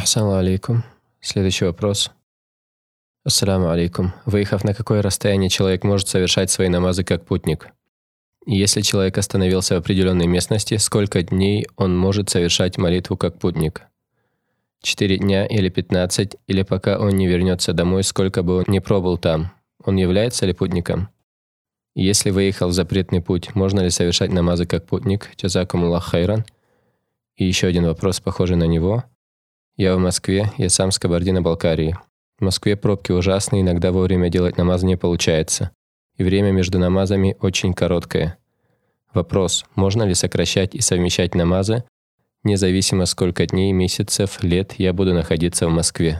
Ассаламу алейкум. Следующий вопрос. Ассаламу алейкум. Выехав на какое расстояние человек может совершать свои намазы как путник? И если человек остановился в определенной местности, сколько дней он может совершать молитву как путник? 4 дня или 15, или пока он не вернется домой, сколько бы он ни пробыл там. Он является ли путником? И если выехал в запретный путь, можно ли совершать намазы как путник? Джазакумуллах хайран. И еще один вопрос, похожий на него. Я в Москве, я сам с Кабардино-Балкарии. В Москве пробки ужасные, иногда вовремя делать намаз не получается. И время между намазами очень короткое. Вопрос, можно ли сокращать и совмещать намазы, независимо сколько дней, месяцев, лет я буду находиться в Москве?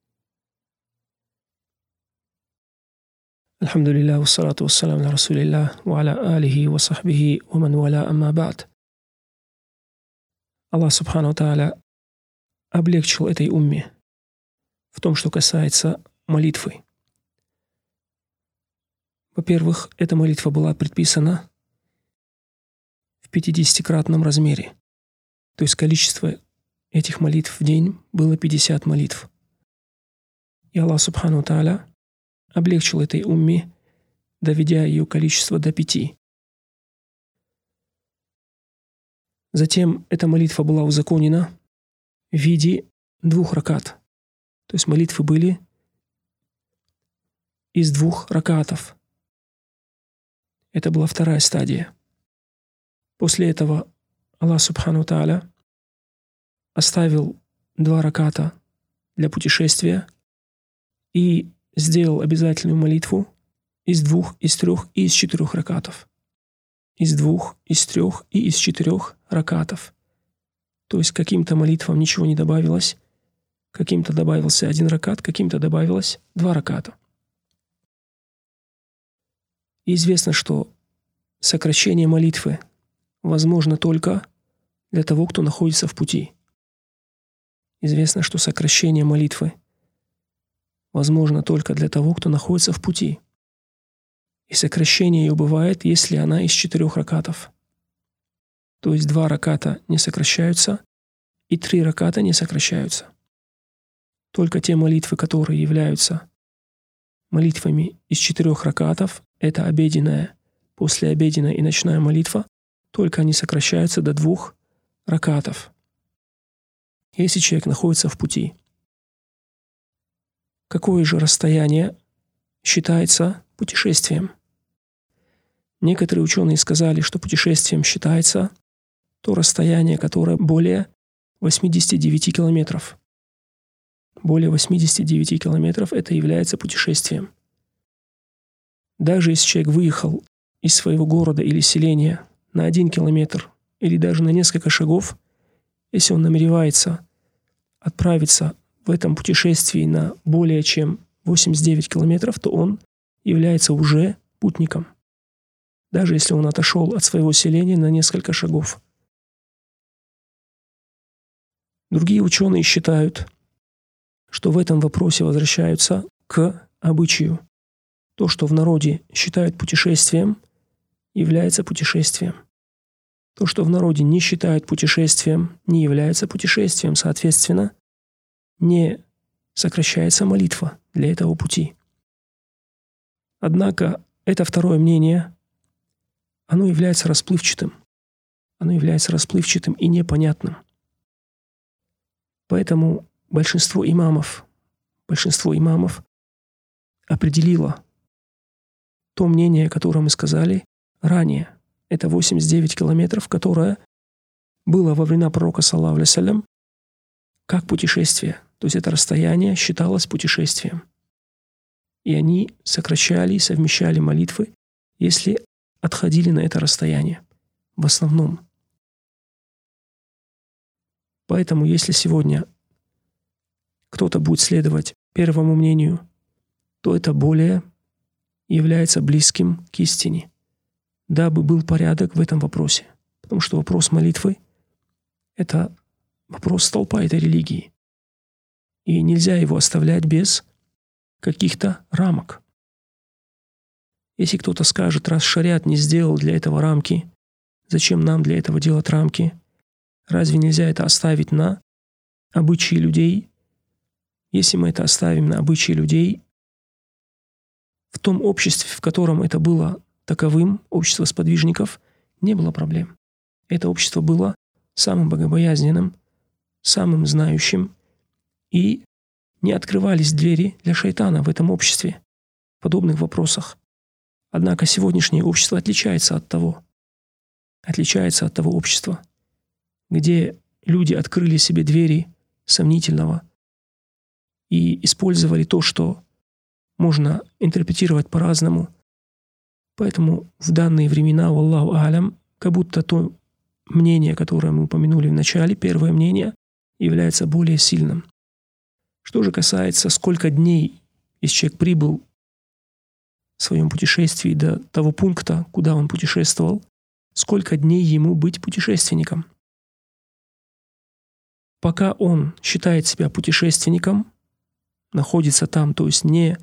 Альхамдулиллах, вассалату вассалам на расулиллах, ва аля алихи ва сахбихи, ва ман валя амма ба'д. Аллах Субхану ва Тааля облегчил этой умме в том, что касается молитвы. Во-первых, эта молитва была предписана в 50-кратном размере. То есть количество этих молитв в день было 50 молитв. И Аллах Субхану ва Тааля облегчил этой умме, доведя ее количество до 5. Затем эта молитва была узаконена в виде 2 ракат. То есть молитвы были из 2 ракатов. Это была 2-я стадия. После этого Аллах Субхану ва Тааля оставил 2 раката для путешествия и сделал обязательную молитву из 2, из 3 и из 4 ракатов. Из 2, из 3 и из 4 ракатов. То есть каким-то молитвам ничего не добавилось, каким-то добавился 1 ракат, каким-то добавилось 2 раката. И известно, что сокращение молитвы возможно только для того, кто находится в пути. Известно, что сокращение молитвы возможно только для того, кто находится в пути. И сокращение ее бывает, если она из 4 ракатов. То есть 2 раката не сокращаются, и 3 раката не сокращаются. Только те молитвы, которые являются молитвами из 4 ракатов, это обеденная, послеобеденная и ночная молитва, только они сокращаются до 2 ракатов. Если человек находится в пути, какое же расстояние считается путешествием? Некоторые ученые сказали, что путешествием считается то расстояние, которое более 89 километров. Более 89 километров это является путешествием. Даже если человек выехал из своего города или селения на 1 километр или даже на несколько шагов, если он намеревается отправиться в этом путешествии на более чем 89 километров, то он является уже путником. Даже если он отошел от своего селения на несколько шагов. Другие ученые считают, что в этом вопросе возвращаются к обычаю. То, что в народе считают путешествием, является путешествием. То, что в народе не считают путешествием, не является путешествием. Соответственно, не сокращается молитва для этого пути. Однако это второе мнение, оно является расплывчатым. Оно является расплывчатым и непонятным. Поэтому большинство имамов определило то мнение, которое мы сказали ранее. Это 89 километров, которое было во времена пророка, саллаллаху алейхи ва саллям, как путешествие. То есть это расстояние считалось путешествием. И они сокращали и совмещали молитвы, если отходили на это расстояние. В основном. Поэтому, если сегодня кто-то будет следовать первому мнению, то это более является близким к истине, дабы был порядок в этом вопросе. Потому что вопрос молитвы – это вопрос столпа этой религии. И нельзя его оставлять без каких-то рамок. Если кто-то скажет, раз шариат не сделал для этого рамки, зачем нам для этого делать рамки? Разве нельзя это оставить на обычаи людей, Если мы это оставим на обычаи людей, в том обществе, в котором это было таковым, общество сподвижников, не было проблем. Это общество было самым богобоязненным, самым знающим, и не открывались двери для шайтана в этом обществе в подобных вопросах. Однако сегодняшнее общество отличается от того общества, где люди открыли себе двери сомнительного и использовали то, что можно интерпретировать по-разному. Поэтому в данные времена, валлаху а'лям, как будто то мнение, которое мы упомянули в начале, первое мнение, является более сильным. Что же касается, сколько дней, если человек прибыл в своем путешествии до того пункта, куда он путешествовал, сколько дней ему быть путешественником. Пока он считает себя путешественником, находится там, то есть не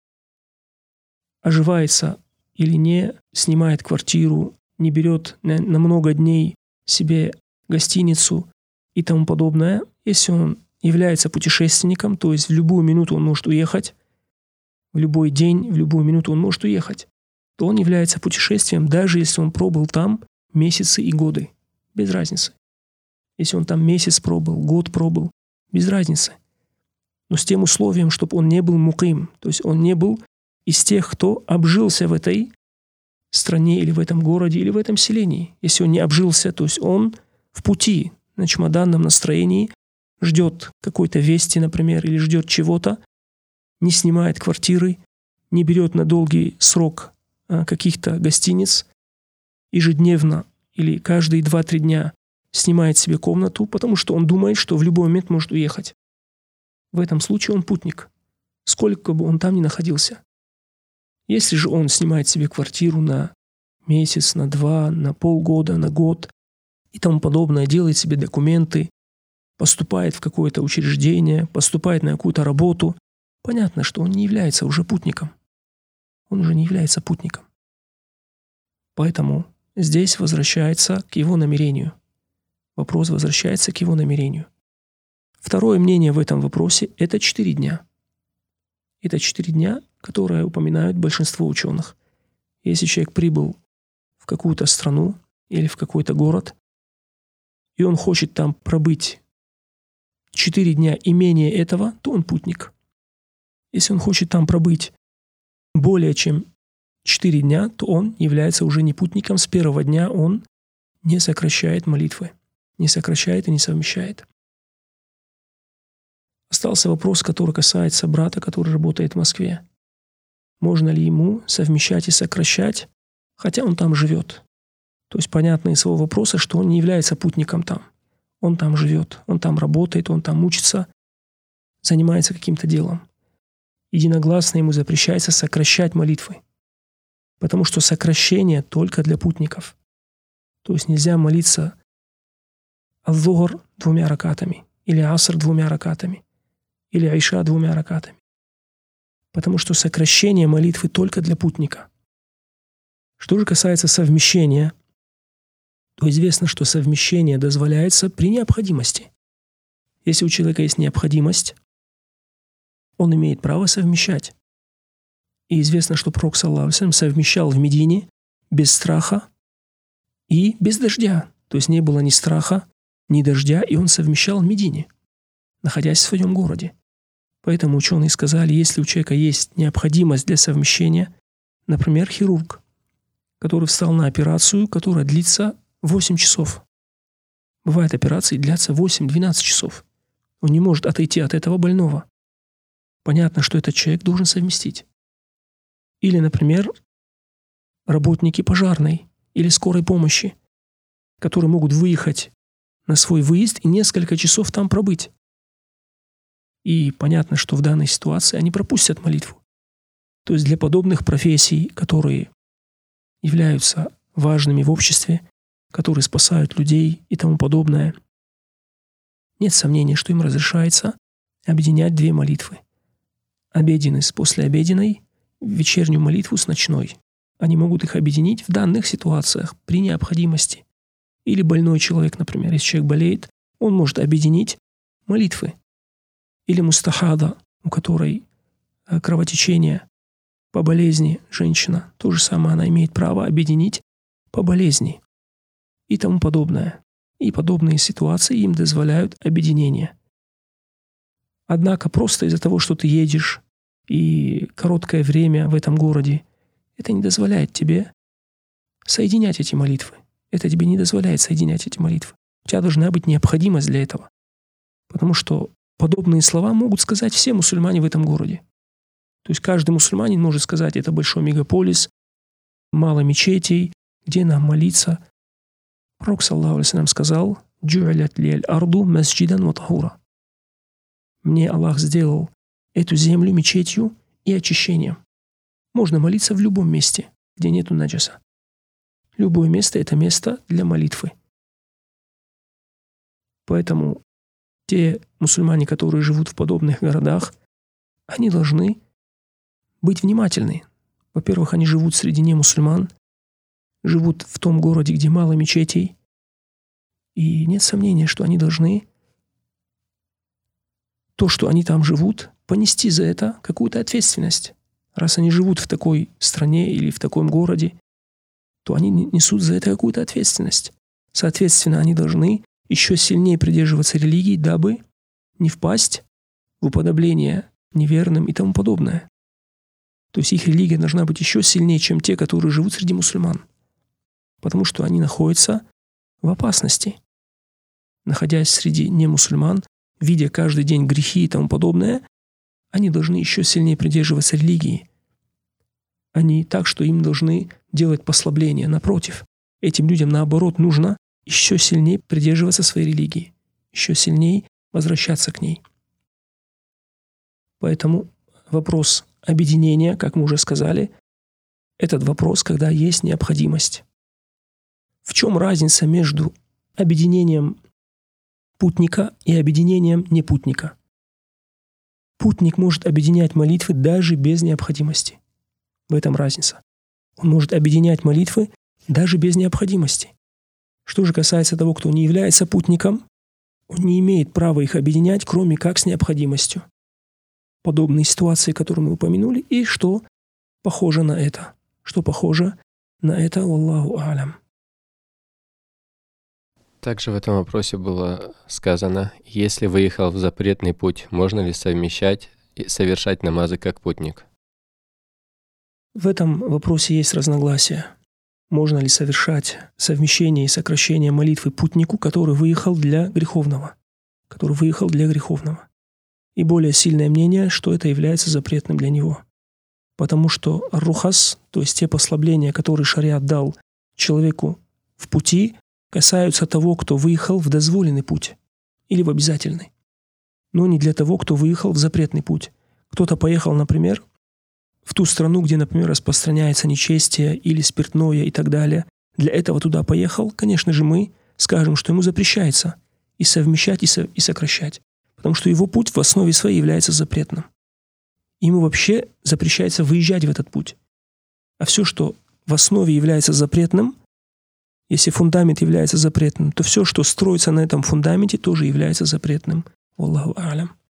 оживается или не снимает квартиру, не берет на много дней себе гостиницу и тому подобное, если он является путешественником, то есть в любую минуту он может уехать, в любой день, в любую минуту он может уехать, то он является путешествием, даже если он пробыл там месяцы и годы, без разницы. Если он там месяц пробыл, год пробыл, без разницы. Но с тем условием, чтобы он не был муким, то есть он не был из тех, кто обжился в этой стране или в этом городе или в этом селении. Если он не обжился, то есть он в пути, на чемоданном настроении, ждет какой-то вести, например, или ждет чего-то, не снимает квартиры, не берет на долгий срок каких-то гостиниц, ежедневно или каждые 2-3 дня снимает себе комнату, потому что он думает, что в любой момент может уехать. В этом случае он путник, сколько бы он там ни находился. Если же он снимает себе квартиру на месяц, на 2, на полгода, на год и тому подобное, делает себе документы, поступает в какое-то учреждение, поступает на какую-то работу, понятно, что он не является уже путником. Он уже не является путником. Поэтому здесь возвращается к его намерению. Вопрос возвращается к его намерению. Второе мнение в этом вопросе – это 4 дня. Это 4 дня, которые упоминают большинство ученых. Если человек прибыл в какую-то страну или в какой-то город, и он хочет там пробыть 4 дня и менее этого, то он путник. Если он хочет там пробыть более чем 4 дня, то он является уже не путником. С первого дня он не сокращает молитвы, не сокращает и не совмещает. Остался вопрос, который касается брата, который работает в Москве. Можно ли ему совмещать и сокращать, хотя он там живет? То есть понятно из своего вопроса, что он не является путником там. Он там живет, он там работает, он там учится, занимается каким-то делом. Единогласно ему запрещается сокращать молитвы, потому что сокращение только для путников. То есть нельзя молиться ад-зухр 2 ракатами, или аср 2 ракатами, или айша 2 ракатами. Потому что сокращение молитвы только для путника. Что же касается совмещения, то известно, что совмещение дозволяется при необходимости. Если у человека есть необходимость, он имеет право совмещать. И известно, что Пророк саллаллаху алейхи ва саллям совмещал в Медине без страха и без дождя. То есть не было ни страха, ни дождя, и он совмещал в Медине, находясь в своем городе. Поэтому ученые сказали, если у человека есть необходимость для совмещения, например, хирург, который встал на операцию, которая длится 8 часов. Бывают операции, длятся 8-12 часов. Он не может отойти от этого больного. Понятно, что этот человек должен совместить. Или, например, работники пожарной или скорой помощи, которые могут выехать на свой выезд и несколько часов там пробыть. И понятно, что в данной ситуации они пропустят молитву. То есть для подобных профессий, которые являются важными в обществе, которые спасают людей и тому подобное, нет сомнения, что им разрешается объединять 2 молитвы. Обеденный с послеобеденной, вечернюю молитву с ночной. Они могут их объединить в данных ситуациях при необходимости. Или больной человек, например, если человек болеет, он может объединить молитвы. или мустахада, у которой кровотечение по болезни женщина, то же самое она имеет право объединить по болезни и тому подобное. И подобные ситуации им дозволяют объединение. Однако просто из-за того, что ты едешь и короткое время в этом городе, это не дозволяет тебе соединять эти молитвы. Это тебе не дозволяет соединять эти молитвы. У тебя должна быть необходимость для этого. Потому что подобные слова могут сказать все мусульмане в этом городе. То есть каждый мусульманин может сказать, это большой мегаполис, мало мечетей, где нам молиться. Пророк, саллаллаху алейхи ва саллям, сказал: «Джу'илят ли'аль арду масджидан ва тахура». Мне Аллах сделал эту землю мечетью и очищением. Можно молиться в любом месте, где нету наджаса. Любое место – это место для молитвы. Поэтому те мусульмане, которые живут в подобных городах, они должны быть внимательны. Во-первых, они живут среди немусульман, живут в том городе, где мало мечетей, и нет сомнения, что они должны то, что они там живут, понести за это какую-то ответственность. Раз они живут в такой стране или в таком городе, то они несут за это какую-то ответственность. Соответственно, они должны еще сильнее придерживаться религии, дабы не впасть в уподобление неверным и тому подобное. То есть их религия должна быть еще сильнее, чем те, которые живут среди мусульман. Потому что они находятся в опасности. Находясь среди немусульман, видя каждый день грехи и тому подобное, они должны еще сильнее придерживаться религии. Они так, что им должны делать послабления. Напротив, этим людям, наоборот, нужно еще сильнее придерживаться своей религии, еще сильнее возвращаться к ней. Поэтому вопрос объединения, как мы уже сказали, этот вопрос, когда есть необходимость. В чем разница между объединением путника и объединением непутника? Путник может объединять молитвы даже без необходимости. В этом разница. Он может объединять молитвы даже без необходимости. Что же касается того, кто не является путником, он не имеет права их объединять, кроме как с необходимостью. Подобные ситуации, которые мы упомянули, и что похоже на это. Что похоже на это, Аллаху а'лям. Также в этом вопросе было сказано, если выехал в запретный путь, можно ли совмещать и совершать намазы как путник? В этом вопросе есть разногласия. Можно ли совершать совмещение и сокращение молитвы путнику, который выехал для греховного? И более сильное мнение, что это является запретным для него. Потому что рухас, то есть те послабления, которые шариат дал человеку в пути, касаются того, кто выехал в дозволенный путь или в обязательный, но не для того, кто выехал в запретный путь. Кто-то поехал, например, в ту страну, где, например, распространяется нечестие или спиртное и так далее. Для этого туда поехал, конечно же, мы скажем, что ему запрещается и совмещать, и сокращать, потому что его путь в основе своей является запретным. Ему вообще запрещается выезжать в этот путь. А все, что в основе является запретным, если фундамент является запретным, то все, что строится на этом фундаменте, тоже является запретным. Аллаху а'лям.